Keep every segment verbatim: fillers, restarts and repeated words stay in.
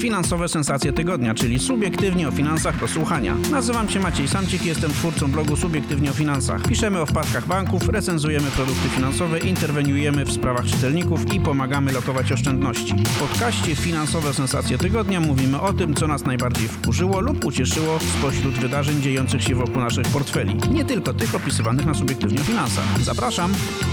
Finansowe sensacje tygodnia, czyli subiektywnie o finansach do słuchania. Nazywam się Maciej Samcik i jestem twórcą blogu Subiektywnie o finansach. Piszemy o wpadkach banków, recenzujemy produkty finansowe, interweniujemy w sprawach czytelników i pomagamy lokować oszczędności. W podcaście Finansowe sensacje tygodnia mówimy o tym, co nas najbardziej wkurzyło lub ucieszyło spośród wydarzeń dziejących się wokół naszych portfeli. Nie tylko tych opisywanych na Subiektywnie o finansach. Zapraszam!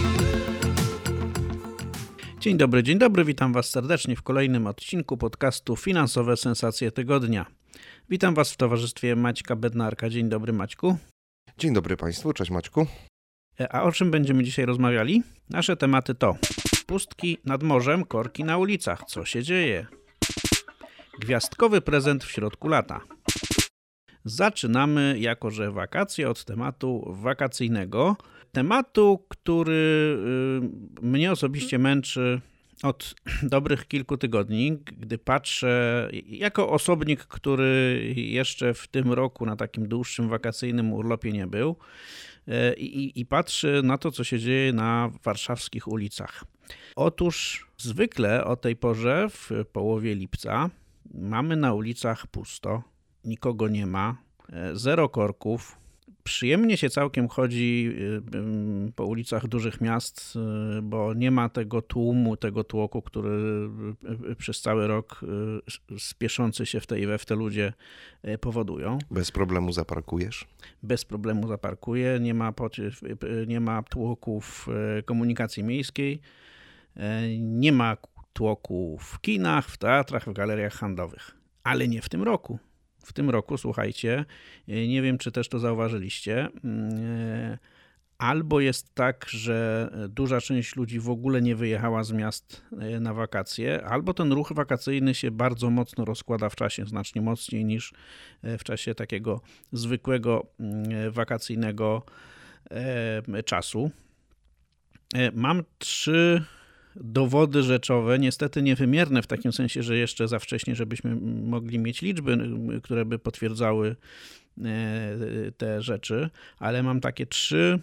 Dzień dobry, dzień dobry, witam Was serdecznie w kolejnym odcinku podcastu Finansowe sensacje tygodnia. Witam Was w towarzystwie Maćka Bednarka. Dzień dobry, Maćku. Dzień dobry Państwu, cześć Maćku. A o czym będziemy dzisiaj rozmawiali? Nasze tematy to pustki nad morzem, korki na ulicach. Co się dzieje? Gwiazdkowy prezent w środku lata. Zaczynamy, jako że wakacje, od tematu wakacyjnego. Tematu, który mnie osobiście męczy od dobrych kilku tygodni, gdy patrzę jako osobnik, który jeszcze w tym roku na takim dłuższym wakacyjnym urlopie nie był i, i patrzy na to, co się dzieje na warszawskich ulicach. Otóż zwykle o tej porze w połowie lipca mamy na ulicach pusto, nikogo nie ma, zero korków. Przyjemnie się całkiem chodzi po ulicach dużych miast, bo nie ma tego tłumu, tego tłoku, który przez cały rok spieszący się w te i we w te ludzie powodują. Bez problemu zaparkujesz? Bez problemu zaparkuję, nie ma, nie ma tłoków komunikacji miejskiej, nie ma tłoku w kinach, w teatrach, w galeriach handlowych, ale nie w tym roku. W tym roku, słuchajcie, nie wiem, czy też to zauważyliście, albo jest tak, że duża część ludzi w ogóle nie wyjechała z miast na wakacje, albo ten ruch wakacyjny się bardzo mocno rozkłada w czasie, znacznie mocniej niż w czasie takiego zwykłego wakacyjnego czasu. Mam trzy dowody rzeczowe, niestety niewymierne w takim sensie, że jeszcze za wcześnie, żebyśmy mogli mieć liczby, które by potwierdzały te rzeczy, ale mam takie trzy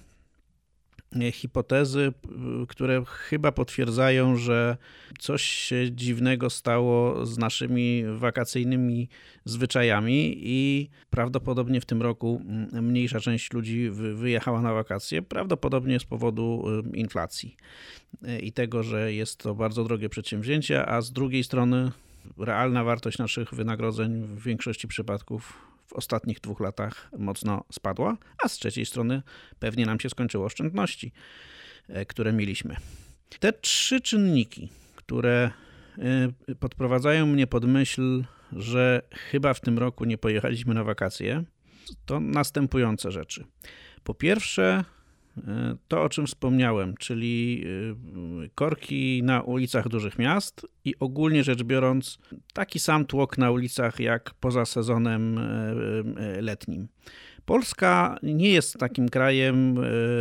hipotezy, które chyba potwierdzają, że coś się dziwnego stało z naszymi wakacyjnymi zwyczajami i prawdopodobnie w tym roku mniejsza część ludzi wyjechała na wakacje, prawdopodobnie z powodu inflacji i tego, że jest to bardzo drogie przedsięwzięcie, a z drugiej strony realna wartość naszych wynagrodzeń w większości przypadków w ostatnich dwóch latach mocno spadła, a z trzeciej strony pewnie nam się skończyły oszczędności, które mieliśmy. Te trzy czynniki, które podprowadzają mnie pod myśl, że chyba w tym roku nie pojechaliśmy na wakacje, to następujące rzeczy. Po pierwsze, to o czym wspomniałem, czyli korki na ulicach dużych miast i ogólnie rzecz biorąc taki sam tłok na ulicach jak poza sezonem letnim. Polska nie jest takim krajem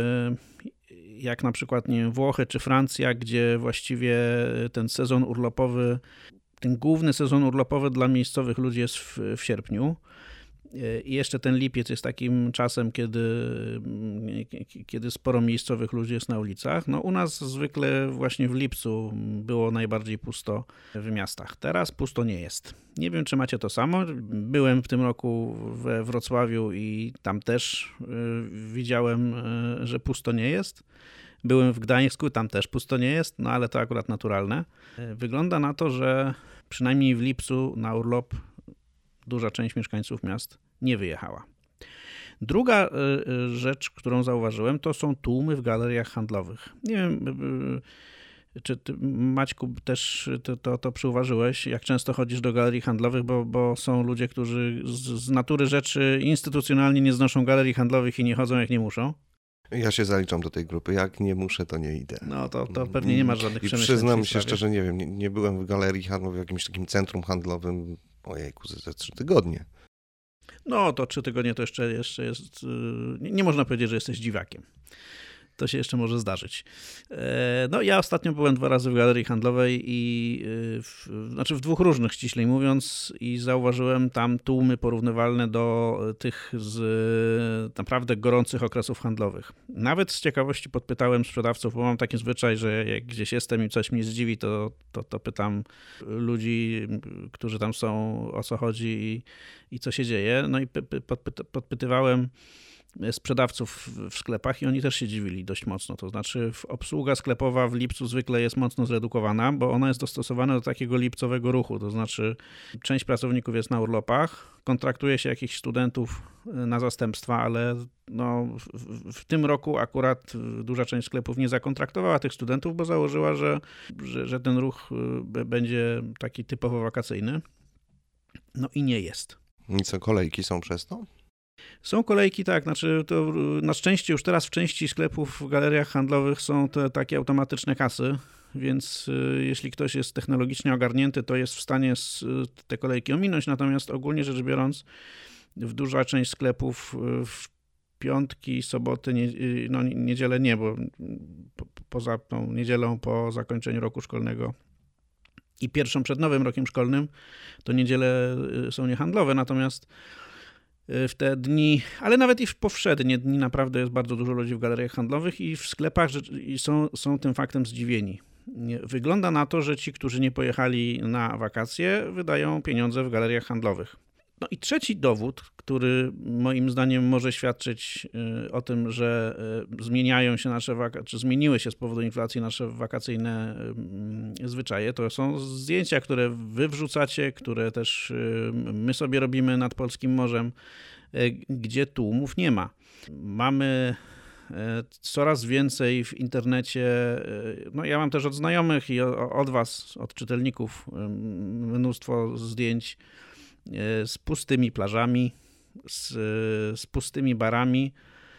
jak na przykład nie wiem, Włochy czy Francja, gdzie właściwie ten sezon urlopowy, ten główny sezon urlopowy dla miejscowych ludzi jest w, w sierpniu. I jeszcze ten lipiec jest takim czasem, kiedy, kiedy sporo miejscowych ludzi jest na ulicach. No u nas zwykle właśnie w lipcu było najbardziej pusto w miastach. Teraz pusto nie jest. Nie wiem, czy macie to samo. Byłem w tym roku we Wrocławiu i tam też widziałem, że pusto nie jest. Byłem w Gdańsku, tam też pusto nie jest, no ale to akurat naturalne. Wygląda na to, że przynajmniej w lipcu na urlop duża część mieszkańców miast nie wyjechała. Druga rzecz, którą zauważyłem, to są tłumy w galeriach handlowych. Nie wiem, czy ty, Maćku, też to, to, to przyuważyłeś, jak często chodzisz do galerii handlowych, bo, bo są ludzie, którzy z, z natury rzeczy instytucjonalnie nie znoszą galerii handlowych i nie chodzą jak nie muszą. Ja się zaliczam do tej grupy. Jak nie muszę, to nie idę. No to, to pewnie nie masz żadnych przemyśleń. I przyznam się szczerze, nie wiem, nie, nie byłem w galerii handlowej, w jakimś takim centrum handlowym, ojejku, ze trzy tygodnie. No to trzy tygodnie to jeszcze, jeszcze jest, nie, nie można powiedzieć, że jesteś dziwakiem. to się jeszcze może zdarzyć. No ja ostatnio byłem dwa razy w galerii handlowej i w, znaczy w dwóch różnych, ściślej mówiąc, i zauważyłem tam tłumy porównywalne do tych z naprawdę gorących okresów handlowych. Nawet z ciekawości podpytałem sprzedawców, bo mam taki zwyczaj, że jak gdzieś jestem i coś mnie zdziwi, to, to, to pytam ludzi, którzy tam są, o co chodzi i, i co się dzieje. No i podpy- podpytywałem sprzedawców w sklepach i oni też się dziwili dość mocno. To znaczy obsługa sklepowa w lipcu zwykle jest mocno zredukowana, bo ona jest dostosowana do takiego lipcowego ruchu. To znaczy część pracowników jest na urlopach, kontraktuje się jakichś studentów na zastępstwa, ale no w, w tym roku akurat duża część sklepów nie zakontraktowała tych studentów, bo założyła, że, że, że ten ruch będzie taki typowo wakacyjny. No i nie jest. I co, kolejki są przez to? Są kolejki, tak, znaczy to na szczęście już teraz w części sklepów w galeriach handlowych są te takie automatyczne kasy, więc y, jeśli ktoś jest technologicznie ogarnięty, to jest w stanie z, te kolejki ominąć, natomiast ogólnie rzecz biorąc w duża część sklepów w piątki, soboty, nie, no niedzielę nie, bo po, poza tą niedzielą po zakończeniu roku szkolnego i pierwszą przed nowym rokiem szkolnym, to niedziele są niehandlowe, natomiast w te dni, ale nawet i w powszednie dni naprawdę jest bardzo dużo ludzi w galeriach handlowych i w sklepach i są, są tym faktem zdziwieni. Wygląda na to, że ci, którzy nie pojechali na wakacje, wydają pieniądze w galeriach handlowych. No i trzeci dowód, który moim zdaniem może świadczyć o tym, że zmieniają się nasze wakacje, czy zmieniły się z powodu inflacji nasze wakacyjne zwyczaje, to są zdjęcia, które wy wrzucacie, które też my sobie robimy nad polskim morzem, gdzie tłumów nie ma. Mamy coraz więcej w internecie, no ja mam też od znajomych i od was, od czytelników mnóstwo zdjęć z pustymi plażami, z, z pustymi barami,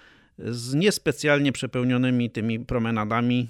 z niespecjalnie przepełnionymi tymi promenadami.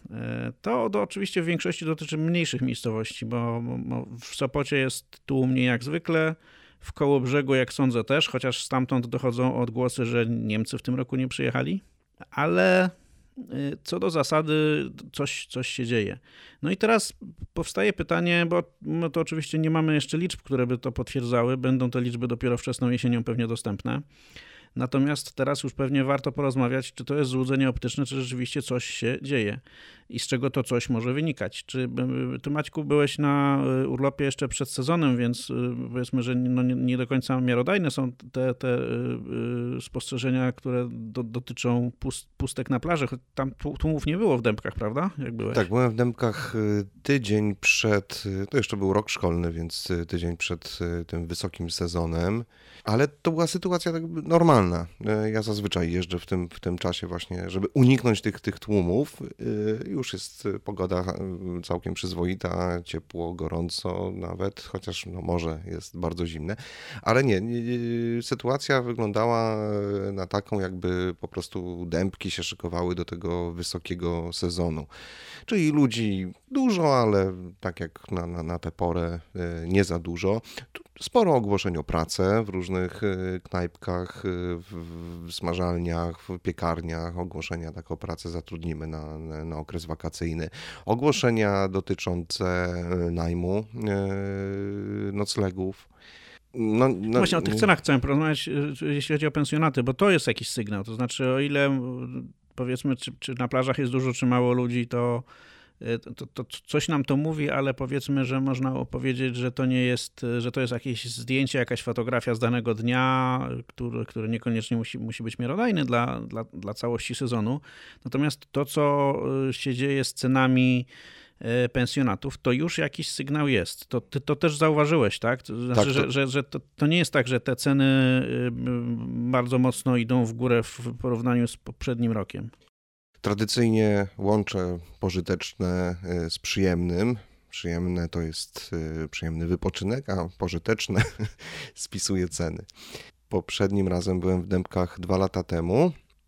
To, to oczywiście w większości dotyczy mniejszych miejscowości, bo, bo w Sopocie jest tłumnie jak zwykle, w Kołobrzegu jak sądzę też, chociaż stamtąd dochodzą odgłosy, że Niemcy w tym roku nie przyjechali, ale co do zasady coś, coś się dzieje. No i teraz powstaje pytanie, bo my to oczywiście nie mamy jeszcze liczb, które by to potwierdzały, będą te liczby dopiero wczesną jesienią pewnie dostępne. Natomiast teraz już pewnie warto porozmawiać, czy to jest złudzenie optyczne, czy rzeczywiście coś się dzieje i z czego to coś może wynikać. Czy ty, Maćku, byłeś na urlopie jeszcze przed sezonem, więc powiedzmy, że no nie, nie do końca miarodajne są te, te spostrzeżenia, które do, dotyczą pust, pustek na plaży. Tam tłumów nie było w Dębkach, prawda? Jak byłeś? Tak, byłem w Dębkach tydzień przed, to jeszcze był rok szkolny, więc tydzień przed tym wysokim sezonem, ale to była sytuacja tak normalna. Ja zazwyczaj jeżdżę w tym, w tym czasie właśnie, żeby uniknąć tych, tych tłumów. Już jest pogoda całkiem przyzwoita, ciepło, gorąco nawet, chociaż no morze jest bardzo zimne. Ale nie, nie, sytuacja wyglądała na taką, jakby po prostu Dębki się szykowały do tego wysokiego sezonu. Czyli ludzi dużo, ale tak jak na, na, na tę porę nie za dużo. Sporo ogłoszeń o pracę w różnych knajpkach, w smażalniach, w piekarniach. Ogłoszenia tak o pracę zatrudnimy na, na, na okres wakacyjny. Ogłoszenia dotyczące najmu noclegów. No, no, Właśnie o tych cenach chcę porozmawiać, jeśli chodzi o pensjonaty, bo to jest jakiś sygnał. To znaczy, o ile powiedzmy, czy, czy na plażach jest dużo, czy mało ludzi, to To, to coś nam to mówi, ale powiedzmy, że można powiedzieć, że to nie jest, że to jest jakieś zdjęcie, jakaś fotografia z danego dnia, który, który niekoniecznie musi, musi być miarodajny dla, dla, dla całości sezonu. Natomiast to, co się dzieje z cenami pensjonatów, to już jakiś sygnał jest. To ty to też zauważyłeś, tak? To znaczy, tak, to... że, że, że to, to nie jest tak, że te ceny bardzo mocno idą w górę w porównaniu z poprzednim rokiem. Tradycyjnie łączę pożyteczne z przyjemnym. Przyjemne to jest przyjemny wypoczynek, a pożyteczne spisuje ceny. Poprzednim razem byłem w Dębkach dwa lata temu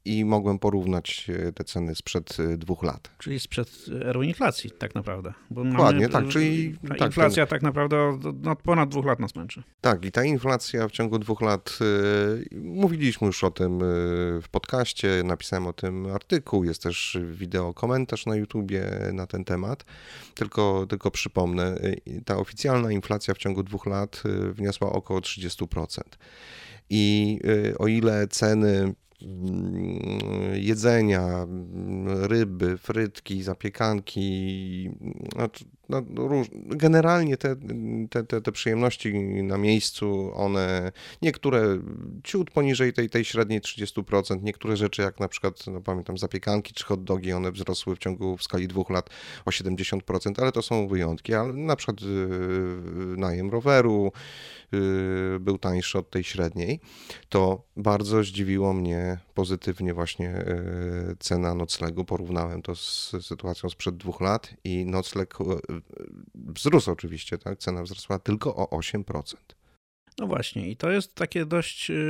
i mogłem porównać te ceny sprzed dwóch lat. Czyli sprzed ery inflacji tak naprawdę. Bo Dokładnie, mamy, tak. Czyli ta tak, inflacja ten, tak naprawdę no, ponad dwóch lat nas męczy. Tak, i ta inflacja w ciągu dwóch lat, y, mówiliśmy już o tym y, w podcaście, napisałem o tym artykuł, jest też wideo komentarz na YouTubie na ten temat, tylko, tylko przypomnę, y, ta oficjalna inflacja w ciągu dwóch lat y, wyniosła około trzydzieści procent. I y, o ile ceny jedzenia, ryby, frytki, zapiekanki, no, no, róż, generalnie te, te, te, te przyjemności na miejscu, one niektóre ciut poniżej tej, tej średniej trzydzieści procent, niektóre rzeczy jak na przykład, no pamiętam, zapiekanki czy hot dogi, one wzrosły w ciągu w skali dwóch lat o siedemdziesiąt procent, ale to są wyjątki, ale na przykład najem roweru był tańszy od tej średniej, to bardzo zdziwiło mnie pozytywnie właśnie cena noclegu. Porównałem to z sytuacją sprzed dwóch lat i nocleg wzrósł oczywiście, tak? Cena wzrosła tylko o osiem procent. No właśnie i to jest takie dość yy,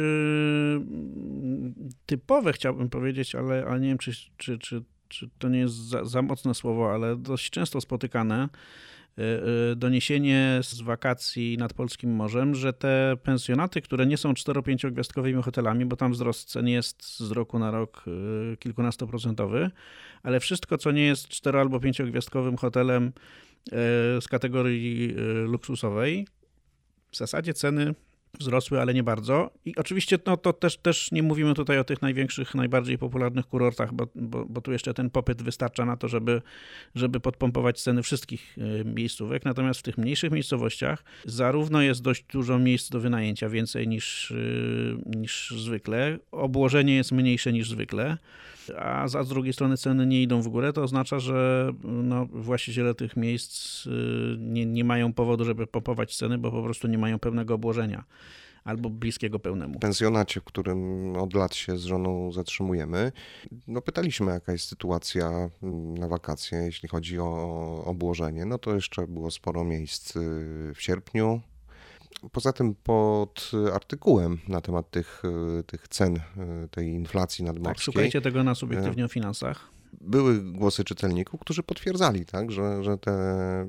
typowe, chciałbym powiedzieć, ale, ale nie wiem, czy, czy, czy, czy to nie jest za, za mocne słowo, ale dość często spotykane doniesienie z wakacji nad polskim morzem, że te pensjonaty, które nie są cztero-pięciogwiazdkowymi hotelami, bo tam wzrost cen jest z roku na rok kilkunastoprocentowy, ale wszystko, co nie jest cztero- albo pięciogwiazdkowym hotelem z kategorii luksusowej, w zasadzie ceny wzrosły, ale nie bardzo. I oczywiście no, to też, też nie mówimy tutaj o tych największych, najbardziej popularnych kurortach, bo, bo, bo tu jeszcze ten popyt wystarcza na to, żeby, żeby podpompować ceny wszystkich miejscówek. Natomiast w tych mniejszych miejscowościach zarówno jest dość dużo miejsc do wynajęcia, więcej niż, niż zwykle. Obłożenie jest mniejsze niż zwykle, a z drugiej strony ceny nie idą w górę. To oznacza, że no, właściciele tych miejsc nie, nie mają powodu, żeby pompować ceny, bo po prostu nie mają pełnego obłożenia. Albo bliskiego pełnemu. W pensjonacie, w którym od lat się z żoną zatrzymujemy, no pytaliśmy, jaka jest sytuacja na wakacje, jeśli chodzi o obłożenie. No to jeszcze było sporo miejsc w sierpniu. Poza tym pod artykułem na temat tych, tych cen, tej inflacji nadmorskiej. Tak, szukajcie tego na Subiektywnie o Finansach. Były głosy czytelników, którzy potwierdzali, tak, że, że ten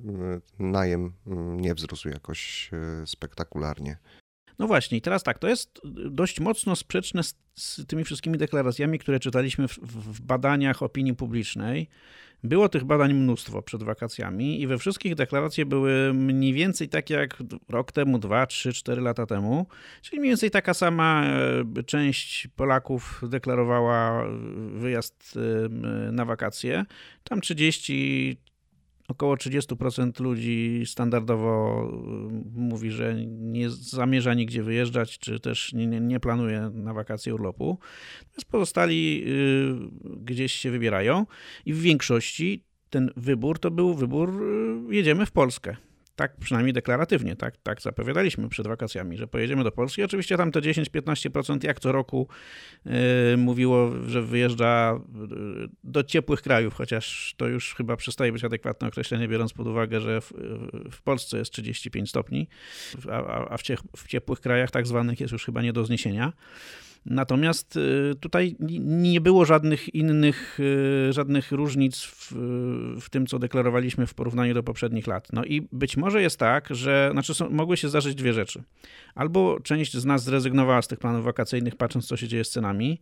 najem nie wzrósł jakoś spektakularnie. No właśnie i teraz tak, to jest dość mocno sprzeczne z, z tymi wszystkimi deklaracjami, które czytaliśmy w, w badaniach opinii publicznej. Było tych badań mnóstwo przed wakacjami i we wszystkich deklaracje były mniej więcej takie jak rok temu, dwa, trzy, cztery lata temu, czyli mniej więcej taka sama część Polaków deklarowała wyjazd na wakacje. Tam trzydzieści Około trzydzieści procent ludzi standardowo mówi, że nie zamierza nigdzie wyjeżdżać, czy też nie, nie planuje na wakacje urlopu. Natomiast pozostali gdzieś się wybierają i w większości ten wybór to był wybór jedziemy w Polskę. Tak przynajmniej deklaratywnie, tak, tak zapowiadaliśmy przed wakacjami, że pojedziemy do Polski. Oczywiście tam to dziesięć do piętnastu procent jak co roku yy, mówiło, że wyjeżdża do ciepłych krajów, chociaż to już chyba przestaje być adekwatne określenie, biorąc pod uwagę, że w, w Polsce jest trzydzieści pięć stopni, a, a w, cie, w ciepłych krajach tak zwanych jest już chyba nie do zniesienia. Natomiast tutaj nie było żadnych innych, żadnych różnic w, w tym, co deklarowaliśmy w porównaniu do poprzednich lat. No i być może jest tak, że znaczy są, mogły się zdarzyć dwie rzeczy. Albo część z nas zrezygnowała z tych planów wakacyjnych, patrząc, co się dzieje z cenami,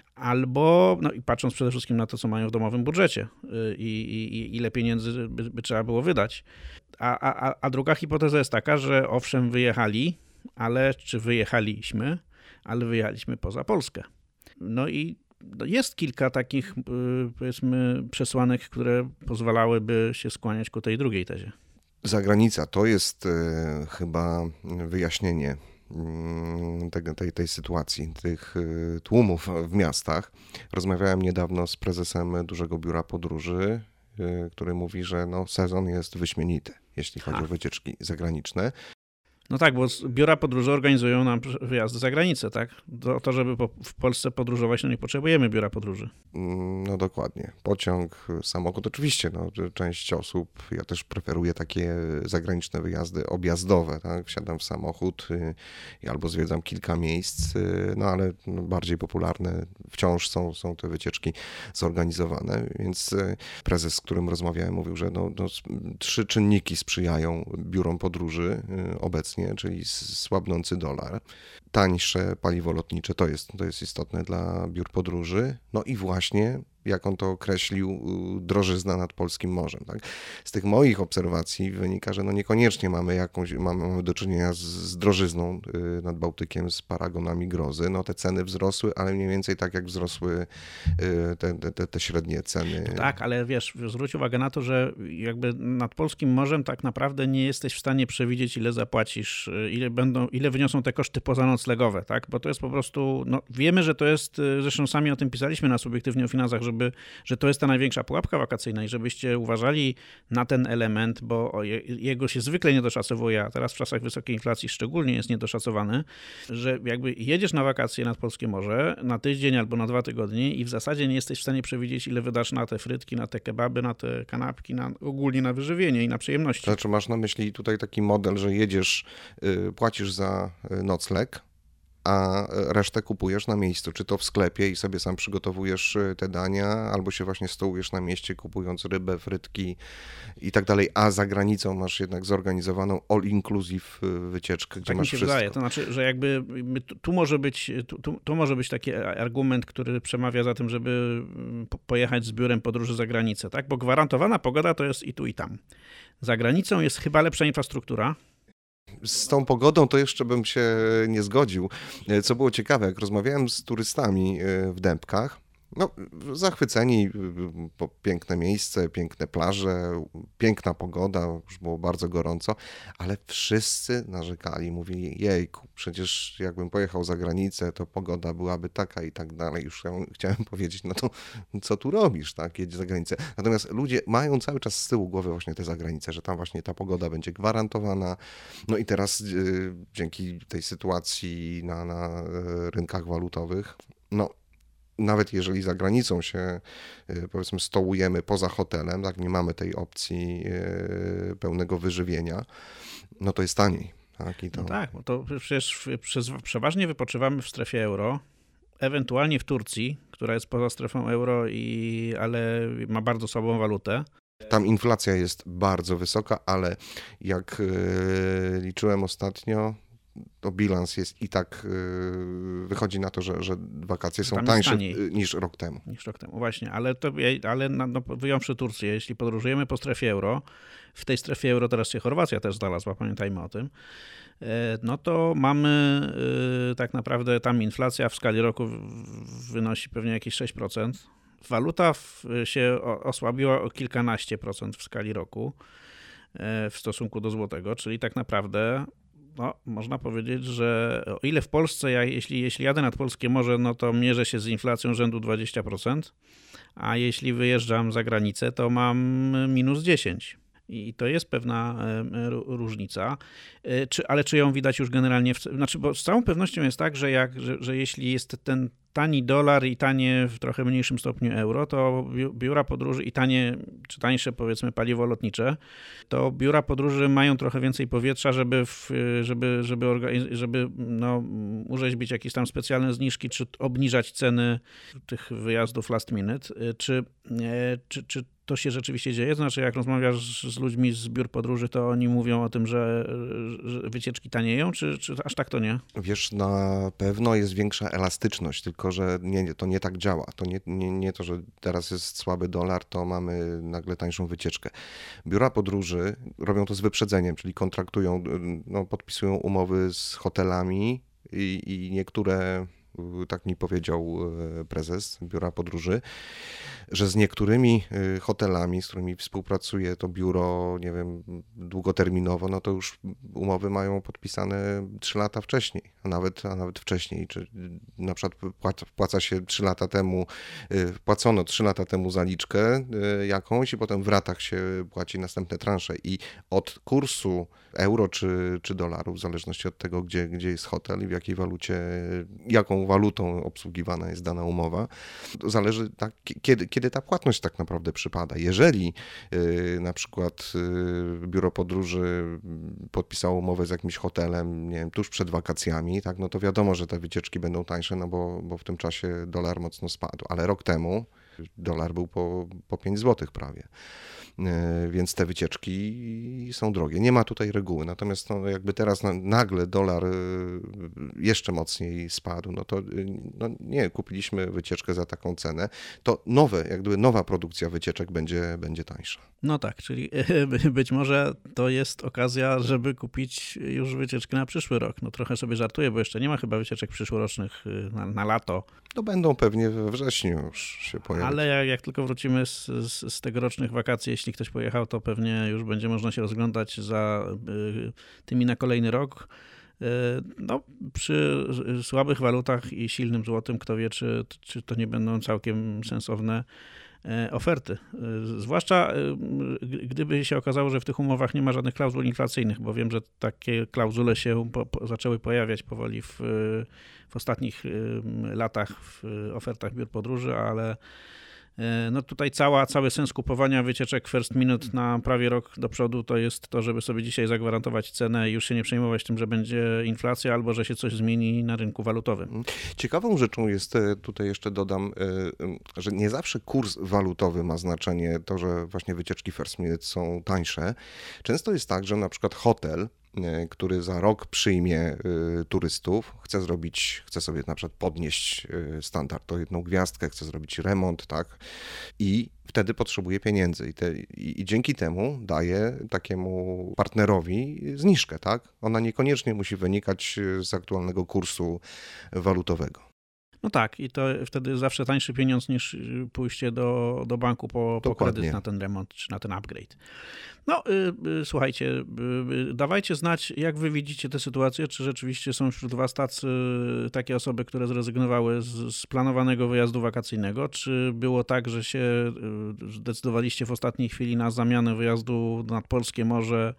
albo no i patrząc przede wszystkim na to, co mają w domowym budżecie i, i ile pieniędzy by, by trzeba było wydać. A, a, a druga hipoteza jest taka, że owszem, wyjechali, ale czy wyjechaliśmy, ale wyjechaliśmy poza Polskę. No i jest kilka takich, powiedzmy, przesłanek, które pozwalałyby się skłaniać ku tej drugiej tezie. Zagranica to jest e, chyba wyjaśnienie tej, tej, tej sytuacji, tych tłumów w miastach. Rozmawiałem niedawno z prezesem Dużego Biura Podróży, który mówi, że no, sezon jest wyśmienity, jeśli chodzi A. o wycieczki zagraniczne. No tak, bo biura podróży organizują nam wyjazdy za granicę, tak? To, to żeby po, w Polsce podróżować, no nie potrzebujemy biura podróży. No dokładnie. Pociąg, samochód, oczywiście. No, część osób, ja też preferuję takie zagraniczne wyjazdy objazdowe, tak? Wsiadam w samochód i albo zwiedzam kilka miejsc, no ale bardziej popularne wciąż są, są te wycieczki zorganizowane, więc prezes, z którym rozmawiałem, mówił, że no, no, trzy czynniki sprzyjają biurom podróży obecnie, czyli słabnący dolar, tańsze paliwo lotnicze, to jest, to jest istotne dla biur podróży, no i właśnie, jak on to określił, drożyzna nad polskim morzem. Tak? Z tych moich obserwacji wynika, że no niekoniecznie mamy jakąś, mamy, mamy do czynienia z, z drożyzną nad Bałtykiem, z paragonami grozy. No te ceny wzrosły, ale mniej więcej tak jak wzrosły te, te, te średnie ceny. Tak, ale wiesz, zwróć uwagę na to, że jakby nad polskim morzem tak naprawdę nie jesteś w stanie przewidzieć, ile zapłacisz, ile będą, ile wyniosą te koszty pozanoclegowe, tak? Bo to jest po prostu, no wiemy, że to jest, zresztą sami o tym pisaliśmy na Subiektywnie o Finansach, żeby, że to jest ta największa pułapka wakacyjna i żebyście uważali na ten element, bo jego się zwykle nie doszacowuje, a teraz w czasach wysokiej inflacji szczególnie jest niedoszacowany, że jakby jedziesz na wakacje nad polskie morze na tydzień albo na dwa tygodnie i w zasadzie nie jesteś w stanie przewidzieć, ile wydasz na te frytki, na te kebaby, na te kanapki, na, ogólnie na wyżywienie i na przyjemności. Znaczy masz na myśli tutaj taki model, że jedziesz, yy, płacisz za nocleg, a resztę kupujesz na miejscu, czy to w sklepie i sobie sam przygotowujesz te dania, albo się właśnie stołujesz na mieście, kupując rybę, frytki i tak dalej, a za granicą masz jednak zorganizowaną all-inclusive wycieczkę, gdzie tak masz mi się wszystko. Wydaje, to znaczy, że jakby tu może być, tu, tu może być taki argument, który przemawia za tym, żeby pojechać z biurem podróży za granicę, tak? Bo gwarantowana pogoda to jest i tu, i tam. Za granicą jest chyba lepsza infrastruktura. Z tą pogodą to jeszcze bym się nie zgodził. Co było ciekawe, jak rozmawiałem z turystami w Dębkach, no zachwyceni, bo piękne miejsce, piękne plaże, piękna pogoda, już było bardzo gorąco, ale wszyscy narzekali, mówili, jejku, przecież jakbym pojechał za granicę, to pogoda byłaby taka i tak dalej. Już chciałem powiedzieć, no to co tu robisz, tak, jedziesz za granicę. Natomiast ludzie mają cały czas z tyłu głowy właśnie te zagranice, że tam właśnie ta pogoda będzie gwarantowana. No i teraz yy, dzięki tej sytuacji na, na rynkach walutowych, no nawet jeżeli za granicą się, powiedzmy, stołujemy poza hotelem, tak, nie mamy tej opcji pełnego wyżywienia, no to jest taniej. Tak, i to... No tak, bo to przecież przez, przeważnie wypoczywamy w strefie euro, ewentualnie w Turcji, która jest poza strefą euro, i, ale ma bardzo słabą walutę. Tam inflacja jest bardzo wysoka, ale jak liczyłem ostatnio, to bilans jest i tak, wychodzi na to, że, że wakacje są tańsze niż rok temu. Niż rok temu, właśnie, ale, to, ale no, wyjąwszy Turcję, jeśli podróżujemy po strefie euro, w tej strefie euro teraz się Chorwacja też znalazła, pamiętajmy o tym, no to mamy tak naprawdę tam inflacja w skali roku wynosi pewnie jakieś sześć procent. Waluta się osłabiła o kilkanaście procent w skali roku w stosunku do złotego, czyli tak naprawdę no, można powiedzieć, że o ile w Polsce, ja, jeśli, jeśli jadę nad polskie morze, no to mierzę się z inflacją rzędu dwadzieścia procent, a jeśli wyjeżdżam za granicę, to mam minus dziesięć procent. I to jest pewna różnica, czy, ale czy ją widać już generalnie, w, znaczy, bo z całą pewnością jest tak, że, jak, że, że jeśli jest ten tani dolar i tanie w trochę mniejszym stopniu euro, to biura podróży i tanie, czy tańsze powiedzmy paliwo lotnicze, to biura podróży mają trochę więcej powietrza, żeby, w, żeby, żeby, organiz- żeby no, urzeźbić jakieś tam specjalne zniżki, czy obniżać ceny tych wyjazdów last minute, czy, czy, czy to się rzeczywiście dzieje? Znaczy, jak rozmawiasz z ludźmi z biur podróży, to oni mówią o tym, że, że wycieczki tanieją, czy, czy aż tak to nie? Wiesz, na pewno jest większa elastyczność, tylko że nie, to nie tak działa. To nie, nie, nie to, że teraz jest słaby dolar, to mamy nagle tańszą wycieczkę. Biura podróży robią to z wyprzedzeniem, czyli kontraktują, no, podpisują umowy z hotelami i, i niektóre tak mi powiedział prezes biura podróży, że z niektórymi hotelami, z którymi współpracuje to biuro, nie wiem, długoterminowo, no to już umowy mają podpisane trzy lata wcześniej, a nawet, a nawet wcześniej. Czy na przykład wpłaca się trzy lata temu, wpłacono trzy lata temu zaliczkę jakąś i potem w ratach się płaci następne transze i od kursu euro czy, czy dolarów, w zależności od tego, gdzie, gdzie jest hotel i w jakiej walucie, jaką walutą obsługiwana jest dana umowa, to zależy tak, kiedy, kiedy ta płatność tak naprawdę przypada. Jeżeli yy, na przykład yy, biuro podróży podpisało umowę z jakimś hotelem, nie wiem, tuż przed wakacjami, tak, no to wiadomo, że te wycieczki będą tańsze, no bo, bo w tym czasie dolar mocno spadł, ale rok temu dolar był po, po pięć złotych prawie. Więc te wycieczki są drogie. Nie ma tutaj reguły. Natomiast no, jakby teraz nagle dolar jeszcze mocniej spadł, no to no nie, kupiliśmy wycieczkę za taką cenę, to nowe, jak gdyby nowa produkcja wycieczek będzie, będzie tańsza. No tak, czyli być może to jest okazja, żeby kupić już wycieczkę na przyszły rok. No trochę sobie żartuję, bo jeszcze nie ma chyba wycieczek przyszłorocznych na, na lato. To będą pewnie we wrześniu już się pojawić. Ale jak, jak tylko wrócimy z, z, z tegorocznych wakacji, jeśli ktoś pojechał, to pewnie już będzie można się rozglądać za y, tymi na kolejny rok. Y, no, przy słabych walutach i silnym złotym, kto wie, czy, czy to nie będą całkiem sensowne oferty. Zwłaszcza gdyby się okazało, że w tych umowach nie ma żadnych klauzul inflacyjnych, bo wiem, że takie klauzule się po, po, zaczęły pojawiać powoli w, w ostatnich latach w ofertach biur podróży, ale no tutaj cała, cały sens kupowania wycieczek first minute na prawie rok do przodu to jest to, żeby sobie dzisiaj zagwarantować cenę i już się nie przejmować tym, że będzie inflacja albo że się coś zmieni na rynku walutowym. Ciekawą rzeczą jest, tutaj jeszcze dodam, że nie zawsze kurs walutowy ma znaczenie, to, że właśnie wycieczki first minute są tańsze. Często jest tak, że na przykład hotel, który za rok przyjmie y, turystów, chce zrobić, chce sobie na przykład podnieść y, standard o jedną gwiazdkę, chce zrobić remont, tak, i wtedy potrzebuje pieniędzy i, te, i, i dzięki temu daje takiemu partnerowi zniżkę, tak. Ona niekoniecznie musi wynikać z aktualnego kursu walutowego. No tak, i to wtedy zawsze tańszy pieniądz niż pójście do, do banku po, po kredyt na ten remont czy na ten upgrade. No, y, y, słuchajcie, y, dawajcie znać, jak wy widzicie tę sytuację, czy rzeczywiście są wśród was tacy, takie osoby, które zrezygnowały z, z planowanego wyjazdu wakacyjnego, czy było tak, że się zdecydowaliście w ostatniej chwili na zamianę wyjazdu nad Polskie Morze,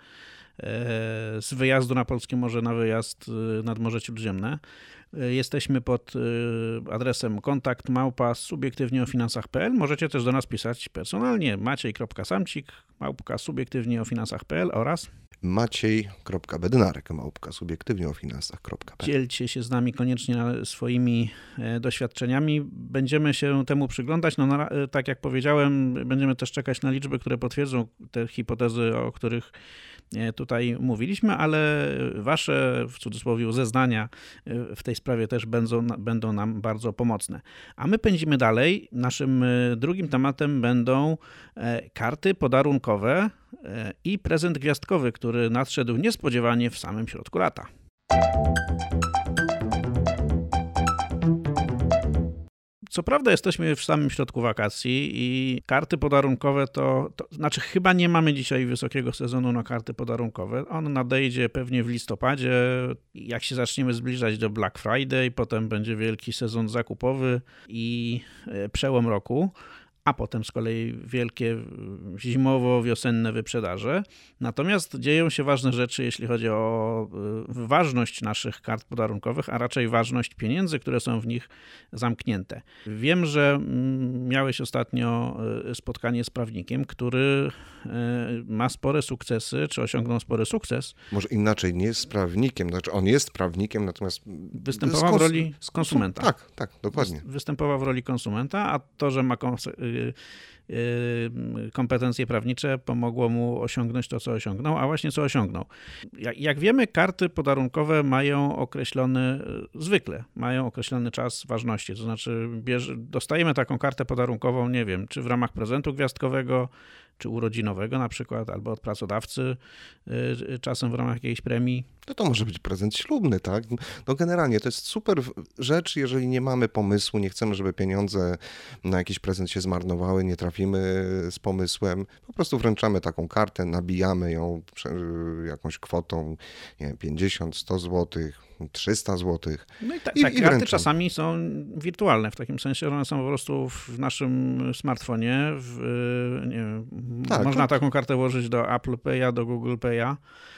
z wyjazdu na Polskie Morze na wyjazd nad Morze Śródziemne. Jesteśmy pod adresem kontakt małpa subiektywnie o finansach kropka p l. Możecie też do nas pisać personalnie maciej kropka samcik małpka subiektywnie o finansach kropka p l oraz maciej kropka bednarek małpka subiektywnie o finansach kropka p l. Dzielcie się z nami koniecznie swoimi doświadczeniami. Będziemy się temu przyglądać. No, na, tak jak powiedziałem, będziemy też czekać na liczby, które potwierdzą te hipotezy, o których tutaj mówiliśmy, ale wasze, w cudzysłowie, zeznania w tej sprawie też będą, będą nam bardzo pomocne. A my pędzimy dalej. Naszym drugim tematem będą karty podarunkowe i prezent gwiazdkowy, który nadszedł niespodziewanie w samym środku lata. Co prawda jesteśmy w samym środku wakacji i karty podarunkowe to, to znaczy chyba nie mamy dzisiaj wysokiego sezonu na karty podarunkowe. On nadejdzie pewnie w listopadzie, jak się zaczniemy zbliżać do Black Friday, potem będzie wielki sezon zakupowy i przełom roku, a potem z kolei wielkie zimowo-wiosenne wyprzedaże. Natomiast dzieją się ważne rzeczy, jeśli chodzi o ważność naszych kart podarunkowych, a raczej ważność pieniędzy, które są w nich zamknięte. Wiem, że miałeś ostatnio spotkanie z prawnikiem, który ma spore sukcesy, czy osiągnął spory sukces. Może inaczej, nie jest prawnikiem, znaczy on jest prawnikiem, natomiast występował w roli z konsumenta. Tak, tak, dokładnie. Występował w roli konsumenta, a to, że ma kompetencje prawnicze pomogło mu osiągnąć to, co osiągnął, a właśnie co osiągnął. Jak, jak wiemy, karty podarunkowe mają określony, zwykle mają określony czas ważności, to znaczy bierz, dostajemy taką kartę podarunkową, nie wiem, czy w ramach prezentu gwiazdkowego, czy urodzinowego na przykład, albo od pracodawcy, czasem w ramach jakiejś premii. No to może być prezent ślubny, tak? No generalnie to jest super rzecz, jeżeli nie mamy pomysłu, nie chcemy, żeby pieniądze na jakiś prezent się zmarnowały, nie trafimy z pomysłem, po prostu wręczamy taką kartę, nabijamy ją jakąś kwotą, nie wiem, pięćdziesiąt, sto złotych, trzysta złotych. No i, ta, i, tak, i karty czasami są wirtualne, w takim sensie, że one są po prostu w naszym smartfonie. W, nie wiem, tak, można tak. taką kartę włożyć do Apple Pay'a, do Google Pay'a.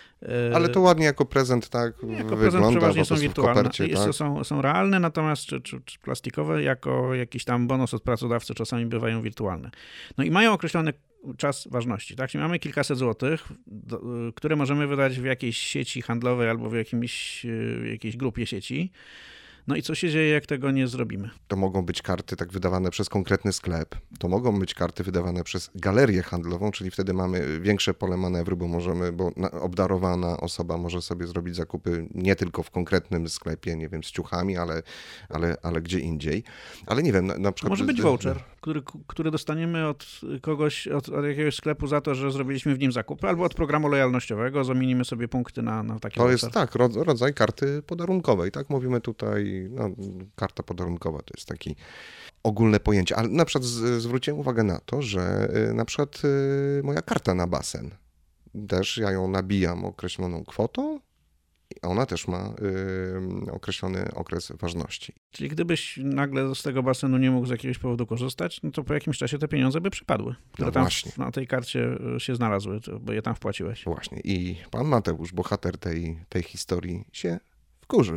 Ale to ładnie jako prezent tak jako wygląda, prezent przeważnie są w wirtualne. kopercie, tak? są, są realne, natomiast czy, czy, czy plastikowe, jako jakiś tam bonus od pracodawcy czasami bywają wirtualne. No i mają określony czas ważności. Tak? Czyli mamy kilkaset złotych, do, które możemy wydać w jakiejś sieci handlowej albo w jakimś, w jakiejś grupie sieci. No i co się dzieje, jak tego nie zrobimy? To mogą być karty tak wydawane przez konkretny sklep. To mogą być karty wydawane przez galerię handlową, czyli wtedy mamy większe pole manewru, bo możemy, bo obdarowana osoba może sobie zrobić zakupy nie tylko w konkretnym sklepie, nie wiem, z ciuchami, ale, ale, ale gdzie indziej. Ale nie wiem, na, na przykład... Może być voucher, który, który dostaniemy od kogoś, od, od jakiegoś sklepu za to, że zrobiliśmy w nim zakupy, albo od programu lojalnościowego, zamienimy sobie punkty na, na takie To voucher. jest tak, rodzaj karty podarunkowej, tak? Mówimy tutaj, no, karta podarunkowa to jest taki ogólne pojęcie, ale na przykład z, zwróciłem uwagę na to, że y, na przykład y, moja karta na basen, też ja ją nabijam określoną kwotą, ona też ma y, określony okres ważności. Czyli gdybyś nagle z tego basenu nie mógł z jakiegoś powodu korzystać, no to po jakimś czasie te pieniądze by przypadły, które No tam właśnie. na tej karcie się znalazły, bo je tam wpłaciłeś. Właśnie. I pan Mateusz, bohater tej, tej historii, się wkurzył.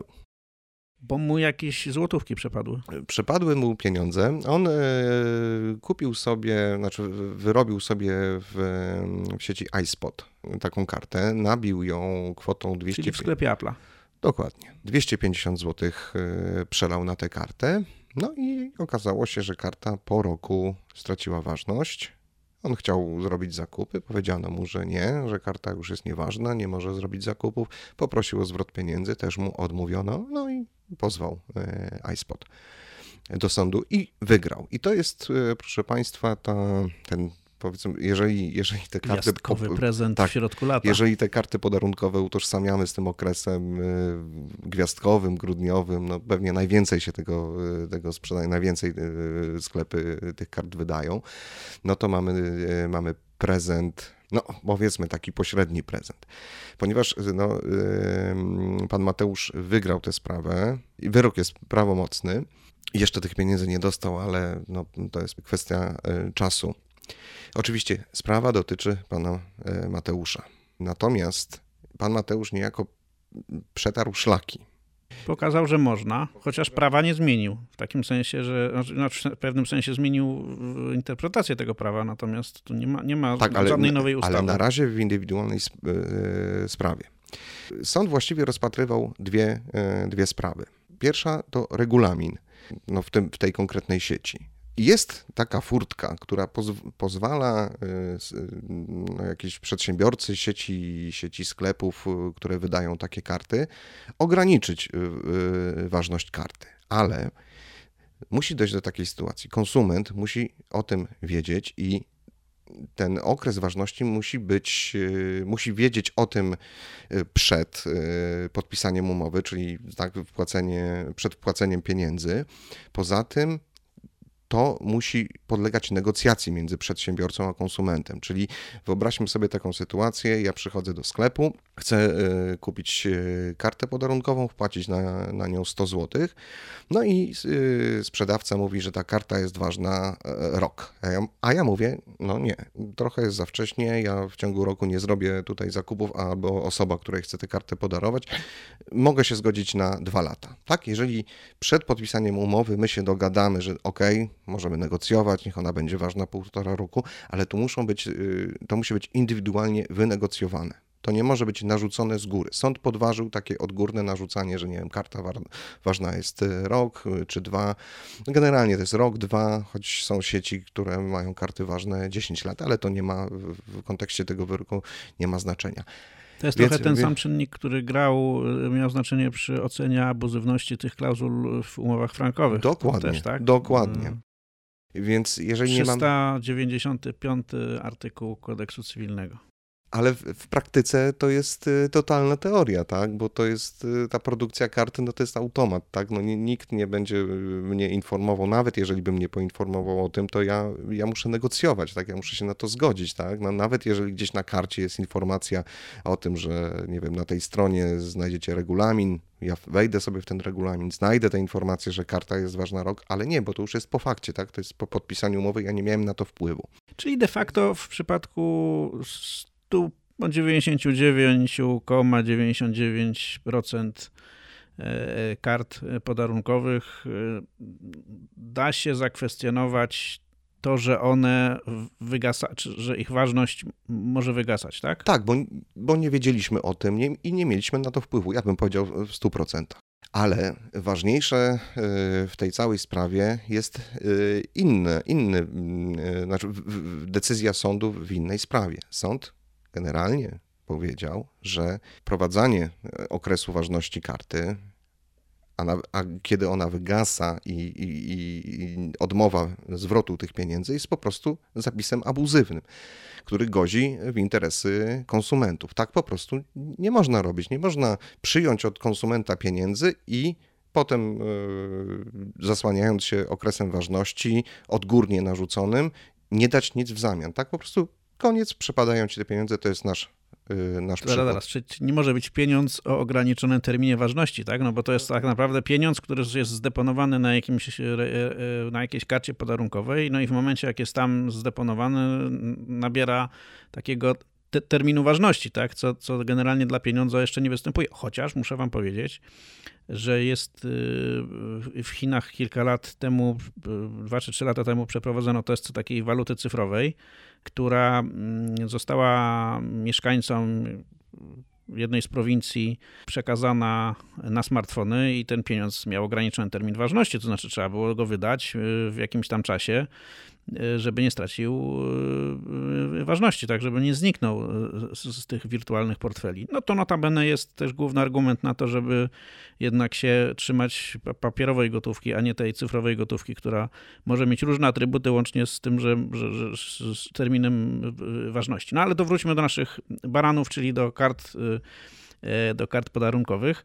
Bo mu jakieś złotówki przepadły. Przepadły mu pieniądze. On y, kupił sobie, znaczy wyrobił sobie w, w sieci iSpot taką kartę, nabił ją kwotą dwieście... Czyli w sklepie Apple'a. Dokładnie. dwieście pięćdziesiąt złotych y, przelał na tę kartę. No i okazało się, że karta po roku straciła ważność. On chciał zrobić zakupy, powiedziano mu, że nie, że karta już jest nieważna, nie może zrobić zakupów. Poprosił o zwrot pieniędzy, też mu odmówiono, no i pozwał e, iSpot do sądu i wygrał. I to jest, e, proszę Państwa, ta, ten, powiedzmy, jeżeli, jeżeli te karty... Gwiazdkowy prezent tak, w środku lata. Jeżeli te karty podarunkowe utożsamiamy z tym okresem y, gwiazdkowym, grudniowym, no pewnie najwięcej się tego, y, tego sprzedaje, najwięcej y, sklepy tych kart wydają, no to mamy, y, mamy prezent, no powiedzmy taki pośredni prezent. Ponieważ no, y, pan Mateusz wygrał tę sprawę i wyrok jest prawomocny, jeszcze tych pieniędzy nie dostał, ale no, to jest kwestia y, czasu. Oczywiście sprawa dotyczy pana Mateusza. Natomiast pan Mateusz niejako przetarł szlaki. Pokazał, że można, chociaż prawa nie zmienił. W takim sensie, że no, w pewnym sensie zmienił interpretację tego prawa, natomiast tu nie ma, nie ma tak, ale, żadnej nowej ustawy. Ale na razie w indywidualnej sprawie. Sąd właściwie rozpatrywał dwie, dwie sprawy. Pierwsza to regulamin no, w, tym, w tej konkretnej sieci. Jest taka furtka, która poz- pozwala no, jakieś przedsiębiorcy sieci, sieci sklepów, które wydają takie karty, ograniczyć ważność karty, ale musi dojść do takiej sytuacji. Konsument musi o tym wiedzieć i ten okres ważności musi być, musi wiedzieć o tym przed podpisaniem umowy, czyli tak wpłacenie, przed wpłaceniem pieniędzy. Poza tym to musi podlegać negocjacji między przedsiębiorcą a konsumentem. Czyli wyobraźmy sobie taką sytuację, ja przychodzę do sklepu, chcę y, kupić y, kartę podarunkową, wpłacić na, na nią sto złotych, no i y, sprzedawca mówi, że ta karta jest ważna y, rok. A ja, a ja mówię, no nie, trochę jest za wcześnie, ja w ciągu roku nie zrobię tutaj zakupów, albo osoba, której chcę tę kartę podarować, mogę się zgodzić na dwa lata. Tak, jeżeli przed podpisaniem umowy my się dogadamy, że okej, okay, możemy negocjować, niech ona będzie ważna półtora roku, ale tu muszą być, to musi być indywidualnie wynegocjowane. To nie może być narzucone z góry. Sąd podważył takie odgórne narzucanie, że nie wiem, karta wa- ważna jest rok czy dwa. Generalnie to jest rok, dwa, choć są sieci, które mają karty ważne dziesięć lat, ale to nie ma w kontekście tego wyroku nie ma znaczenia. To jest Więc, trochę ten wie... sam czynnik, który grał, miał znaczenie przy ocenie abuzywności tych klauzul w umowach frankowych. Dokładnie, też, tak? dokładnie. Więc jeżeli nie mam... trzysta dziewięćdziesiąty piąty artykuł kodeksu cywilnego. Ale w, w praktyce to jest y, totalna teoria, tak? Bo to jest y, ta produkcja karty, no to jest automat, tak? No nie, nikt nie będzie mnie informował, nawet jeżeli bym mnie poinformował o tym, to ja, ja muszę negocjować, tak? Ja muszę się na to zgodzić, tak? No, nawet jeżeli gdzieś na karcie jest informacja o tym, że nie wiem, na tej stronie znajdziecie regulamin, ja wejdę sobie w ten regulamin, znajdę tę informację, że karta jest ważna rok, ale nie, bo to już jest po fakcie, tak? To jest po podpisaniu umowy, ja nie miałem na to wpływu. Czyli de facto w przypadku stu dziewięćdziesiąt dziewięć przecinek dziewięćdziesiąt dziewięć procent kart podarunkowych da się zakwestionować to, że one wygasa, czy że ich ważność może wygasać, tak? Tak, bo, bo nie wiedzieliśmy o tym nie, i nie mieliśmy na to wpływu, ja bym powiedział w stu procentach. Ale ważniejsze w tej całej sprawie jest inny, inny, znaczy decyzja sądu w innej sprawie. Sąd generalnie powiedział, że wprowadzanie okresu ważności karty, a, na, a kiedy ona wygasa i, i, i odmowa zwrotu tych pieniędzy jest po prostu zapisem abuzywnym, który godzi w interesy konsumentów. Tak po prostu nie można robić. Nie można przyjąć od konsumenta pieniędzy i potem yy, zasłaniając się okresem ważności odgórnie narzuconym, nie dać nic w zamian. Tak po prostu koniec, przepadają ci te pieniądze, to jest nasz nasz zaraz, zaraz. Czyli nie może być pieniądz o ograniczonym terminie ważności, tak? No bo to jest tak naprawdę pieniądz, który jest zdeponowany na, jakimś, na jakiejś karcie podarunkowej, no i w momencie, jak jest tam zdeponowany, nabiera takiego te, terminu ważności, tak? Co, co generalnie dla pieniądza jeszcze nie występuje. Chociaż muszę wam powiedzieć, że jest w Chinach kilka lat temu, dwa czy trzy lata temu przeprowadzono test takiej waluty cyfrowej, która została mieszkańcom jednej z prowincji przekazana na smartfony i ten pieniądz miał ograniczony termin ważności, to znaczy trzeba było go wydać w jakimś tam czasie, żeby nie stracił ważności, tak, żeby nie zniknął z, z tych wirtualnych portfeli. No to notabene jest też główny argument na to, żeby jednak się trzymać papierowej gotówki, a nie tej cyfrowej gotówki, która może mieć różne atrybuty, łącznie z tym, że, że, że z terminem ważności. No ale to wróćmy do naszych baranów, czyli do kart do kart podarunkowych,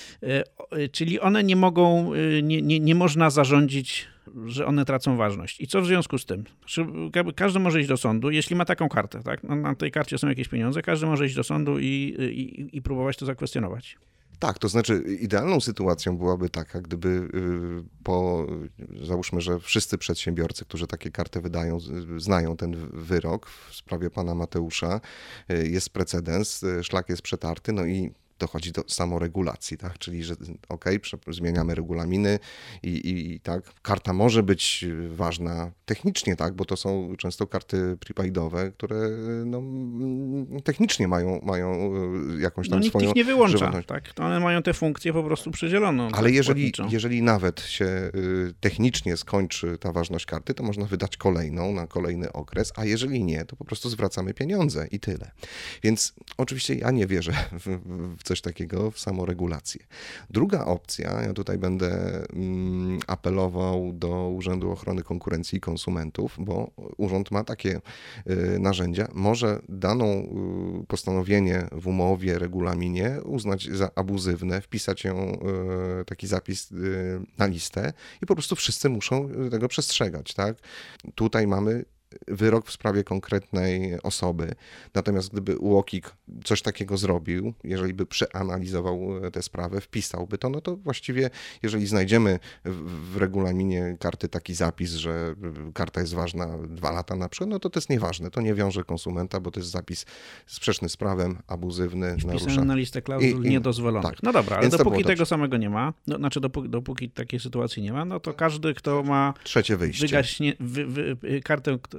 czyli one nie mogą, nie, nie, nie można zarządzić, że one tracą ważność. I co w związku z tym? Każdy może iść do sądu, jeśli ma taką kartę, tak? Na tej karcie są jakieś pieniądze, każdy może iść do sądu i, i, i próbować to zakwestionować. Tak, to znaczy idealną sytuacją byłaby taka, gdyby po, załóżmy, że wszyscy przedsiębiorcy, którzy takie karty wydają, znają ten wyrok w sprawie pana Mateusza, jest precedens, szlak jest przetarty, no i dochodzi do samoregulacji, tak? Czyli, że okej, okay, zmieniamy regulaminy i, i, i tak, karta może być ważna technicznie, tak? Bo to są często karty prepaidowe, które no, technicznie mają, mają jakąś tam no, swoją... nikt ich nie wyłącza, żywotność. Tak? One mają tę funkcję po prostu przydzieloną. Ale jeżeli, jeżeli nawet się technicznie skończy ta ważność karty, to można wydać kolejną na kolejny okres, a jeżeli nie, to po prostu zwracamy pieniądze i tyle. Więc oczywiście ja nie wierzę w, w coś takiego, w samoregulację. Druga opcja, ja tutaj będę mm, apelował do Urzędu Ochrony Konkurencji i Konsumentów, bo urząd ma takie y, narzędzia, może daną y, postanowienie w umowie, regulaminie uznać za abuzywne, wpisać ją, y, taki zapis y, na listę i po prostu wszyscy muszą tego przestrzegać, tak? Tutaj mamy wyrok w sprawie konkretnej osoby. Natomiast gdyby U O K I K coś takiego zrobił, jeżeli by przeanalizował tę sprawę, wpisałby to, no to właściwie, jeżeli znajdziemy w, w regulaminie karty taki zapis, że karta jest ważna dwa lata na przykład, no to to jest nieważne. To nie wiąże konsumenta, bo to jest zapis sprzeczny z prawem, abuzywny, wpisany narusza. na listę klauzul I, i, niedozwolonych. Tak. No dobra, ale Więc dopóki tego samego nie ma, no, znaczy dopóki, dopóki takiej sytuacji nie ma, no to każdy, kto ma trzecie wyjście. Wygaśnie, wy, wy, kartę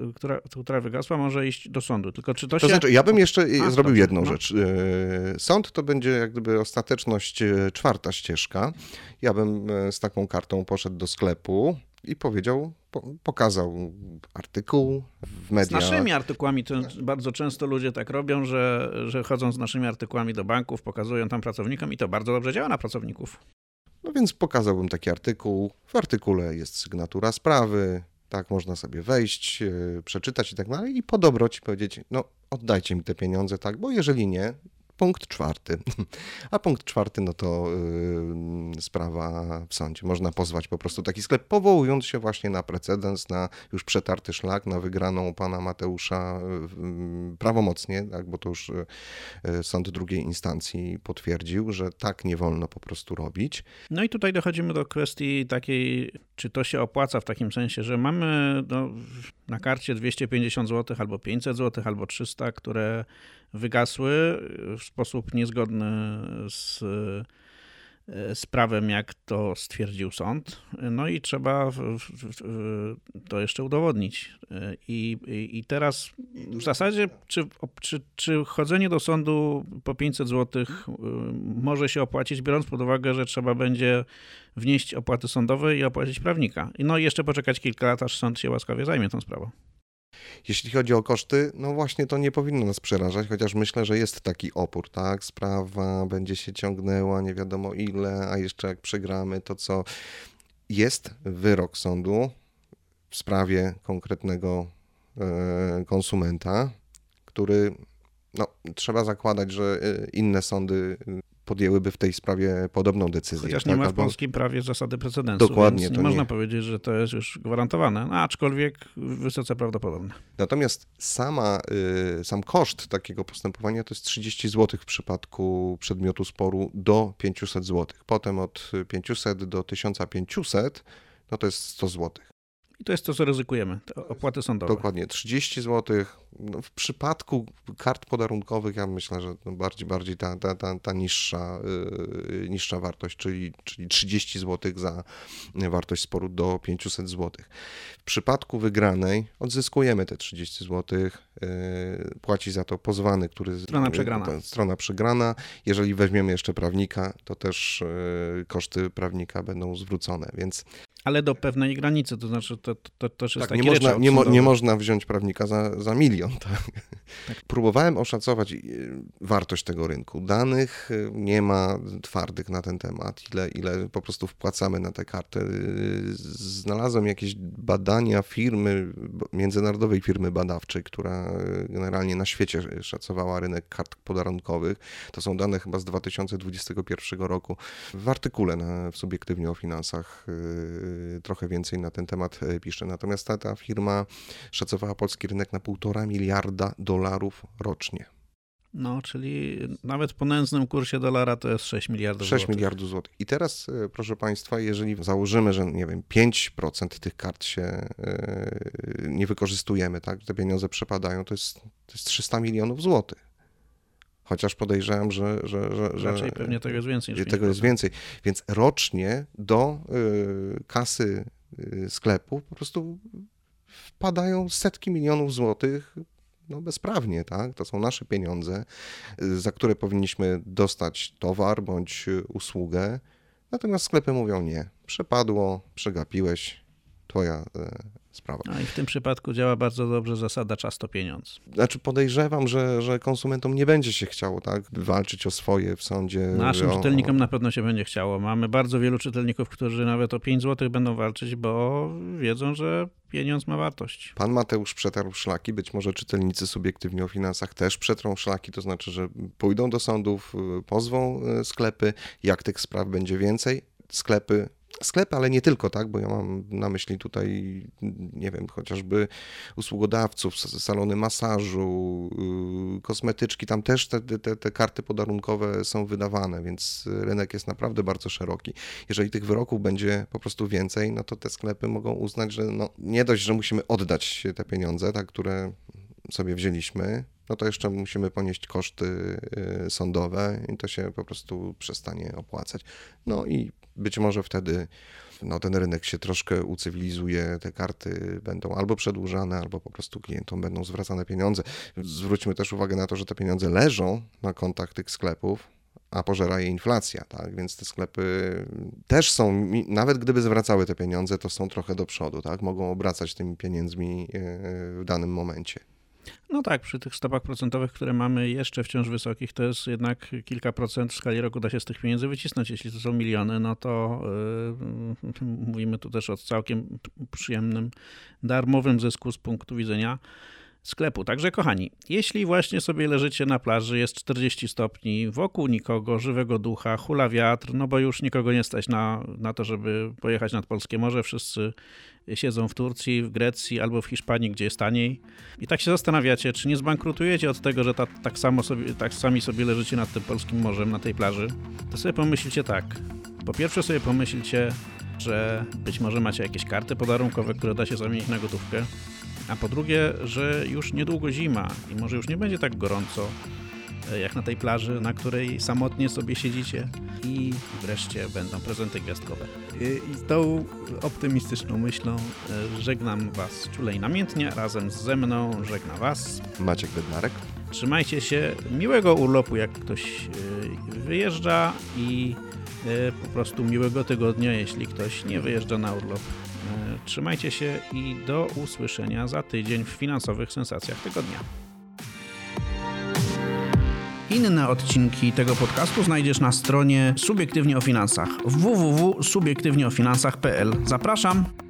która, która wygasła, może iść do sądu. Tylko czy to, to się... znaczy, ja bym jeszcze A, zrobił dobrze, jedną no. rzecz. Sąd to będzie jak gdyby ostateczność, czwarta ścieżka. Ja bym z taką kartą poszedł do sklepu i powiedział, pokazał artykuł w mediach. Z naszymi artykułami, to bardzo często ludzie tak robią, że, że chodzą z naszymi artykułami do banków, pokazują tam pracownikom i to bardzo dobrze działa na pracowników. No więc pokazałbym taki artykuł. W artykule jest sygnatura sprawy, tak, można sobie wejść, yy, przeczytać i tak dalej i po dobroci powiedzieć, no oddajcie mi te pieniądze, tak, bo jeżeli nie, punkt czwarty. A punkt czwarty, no to yy, sprawa w sądzie. Można pozwać po prostu taki sklep, powołując się właśnie na precedens, na już przetarty szlak, na wygraną pana Mateusza yy, prawomocnie, tak, bo to już yy, sąd drugiej instancji potwierdził, że tak nie wolno po prostu robić. No i tutaj dochodzimy do kwestii takiej, czy to się opłaca w takim sensie, że mamy no, na karcie dwieście pięćdziesiąt złotych albo pięćset złotych albo trzysta, które wygasły w sposób niezgodny z, z prawem, jak to stwierdził sąd. No i trzeba w, w, w, to jeszcze udowodnić. I, i, i teraz w zasadzie, czy, czy, czy chodzenie do sądu po pięćset złotych może się opłacić, biorąc pod uwagę, że trzeba będzie wnieść opłaty sądowe i opłacić prawnika. No i jeszcze poczekać kilka lat, aż sąd się łaskawie zajmie tą sprawą. Jeśli chodzi o koszty, no właśnie to nie powinno nas przerażać, chociaż myślę, że jest taki opór, tak? Sprawa będzie się ciągnęła nie wiadomo ile, a jeszcze jak przegramy, to co? Jest wyrok sądu w sprawie konkretnego e, konsumenta, który, no trzeba zakładać, że inne sądy podjęłyby w tej sprawie podobną decyzję. Chociaż nie tak? ma w Albo... polskim prawie zasady precedensu, Dokładnie, więc nie to można nie. powiedzieć, że to jest już gwarantowane, no, aczkolwiek wysoce prawdopodobne. Natomiast sama, y, sam koszt takiego postępowania to jest trzydzieści złotych w przypadku przedmiotu sporu do pięćset złotych. Potem od pięciuset do tysiąc pięćset, no to jest sto złotych. I to jest to, co ryzykujemy, te opłaty sądowe. Dokładnie, trzydzieści złotych. No, w przypadku kart podarunkowych ja myślę, że bardziej, bardziej ta, ta, ta, ta niższa, yy, niższa wartość, czyli, czyli trzydzieści złotych za wartość sporu do pięćset złotych. W przypadku wygranej odzyskujemy te trzydzieści złotych, yy, płaci za to pozwany, który... Strona przegrana. Ta, strona przegrana. Jeżeli weźmiemy jeszcze prawnika, to też yy, koszty prawnika będą zwrócone, więc... Ale do pewnej granicy, to znaczy to, to, to też jest tak, taki nie można, nie, mo, nie sądowy. można wziąć prawnika za, za milion. Tak? Tak. Próbowałem oszacować wartość tego rynku. Danych nie ma twardych na ten temat, ile, ile po prostu wpłacamy na tę kartę. Znalazłem jakieś badania firmy, międzynarodowej firmy badawczej, która generalnie na świecie szacowała rynek kart podarunkowych. To są dane chyba z dwa tysiące dwudziestego pierwszego roku. W artykule na, w Subiektywnie o finansach trochę więcej na ten temat pisze. Natomiast ta, ta firma szacowała polski rynek na półtora miliarda dolarów rocznie. No, czyli nawet po nędznym kursie dolara to jest sześć miliardów sześć złotych. miliardów złotych. I teraz, proszę Państwa, jeżeli założymy, że nie wiem, pięć procent tych kart się yy, nie wykorzystujemy, tak, te pieniądze przepadają, to jest, to jest trzysta milionów złotych. Chociaż podejrzewam, że... że, że, że Raczej pewnie tego jest więcej. Niż tego jest więcej. Więc rocznie do y, kasy y, sklepu po prostu wpadają setki milionów złotych no, bezprawnie, tak? To są nasze pieniądze, y, za które powinniśmy dostać towar bądź usługę. Natomiast sklepy mówią nie. Przepadło, przegapiłeś, twoja y, sprawa. No i w tym przypadku działa bardzo dobrze zasada czas to pieniądz. Znaczy podejrzewam, że, że konsumentom nie będzie się chciało tak walczyć o swoje w sądzie. Naszym o, czytelnikom o... na pewno się będzie chciało. Mamy bardzo wielu czytelników, którzy nawet o pięć złotych będą walczyć, bo wiedzą, że pieniądz ma wartość. Pan Mateusz przetarł szlaki, być może czytelnicy Subiektywnie o finansach też przetrą szlaki, to znaczy, że pójdą do sądów, pozwą sklepy, jak tych spraw będzie więcej, sklepy Sklepy, ale nie tylko, tak, bo ja mam na myśli tutaj, nie wiem, chociażby usługodawców, salony masażu, kosmetyczki, tam też te, te, te karty podarunkowe są wydawane, więc rynek jest naprawdę bardzo szeroki. Jeżeli tych wyroków będzie po prostu więcej, no to te sklepy mogą uznać, że no, nie dość, że musimy oddać te pieniądze, tak, które sobie wzięliśmy, no to jeszcze musimy ponieść koszty sądowe i to się po prostu przestanie opłacać. No i być może wtedy no, ten rynek się troszkę ucywilizuje, te karty będą albo przedłużane, albo po prostu klientom będą zwracane pieniądze. Zwróćmy też uwagę na to, że te pieniądze leżą na kontach tych sklepów, a pożera je inflacja, tak? Więc te sklepy też są, nawet gdyby zwracały te pieniądze, to są trochę do przodu, tak? Mogą obracać tymi pieniędzmi w danym momencie. No tak, przy tych stopach procentowych, które mamy jeszcze wciąż wysokich, to jest jednak kilka procent w skali roku da się z tych pieniędzy wycisnąć. Jeśli to są miliony, no to yy, mówimy tu też o całkiem przyjemnym, darmowym zysku z punktu widzenia sklepu. Także kochani, jeśli właśnie sobie leżycie na plaży, jest czterdzieści stopni, wokół nikogo, żywego ducha, hula wiatr, no bo już nikogo nie stać na, na to, żeby pojechać nad Polskie Morze, wszyscy siedzą w Turcji, w Grecji albo w Hiszpanii, gdzie jest taniej i tak się zastanawiacie, czy nie zbankrutujecie od tego, że ta, tak, samo sobie, tak sami sobie leżycie nad tym polskim morzem, na tej plaży, to sobie pomyślcie tak. Po pierwsze sobie pomyślcie, że być może macie jakieś karty podarunkowe, które da się zamienić na gotówkę, a po drugie, że już niedługo zima i może już nie będzie tak gorąco jak na tej plaży, na której samotnie sobie siedzicie i wreszcie będą prezenty gwiazdkowe. I z tą optymistyczną myślą żegnam Was czulej namiętnie, razem ze mną żegna Was Maciek Bednarek. Trzymajcie się, miłego urlopu, jak ktoś wyjeżdża i po prostu miłego tygodnia, jeśli ktoś nie wyjeżdża na urlop. Trzymajcie się i do usłyszenia za tydzień w finansowych sensacjach tygodnia. Inne odcinki tego podcastu znajdziesz na stronie Subiektywnie o Finansach w w w kropka subiektywnie o finansach kropka p l. Zapraszam!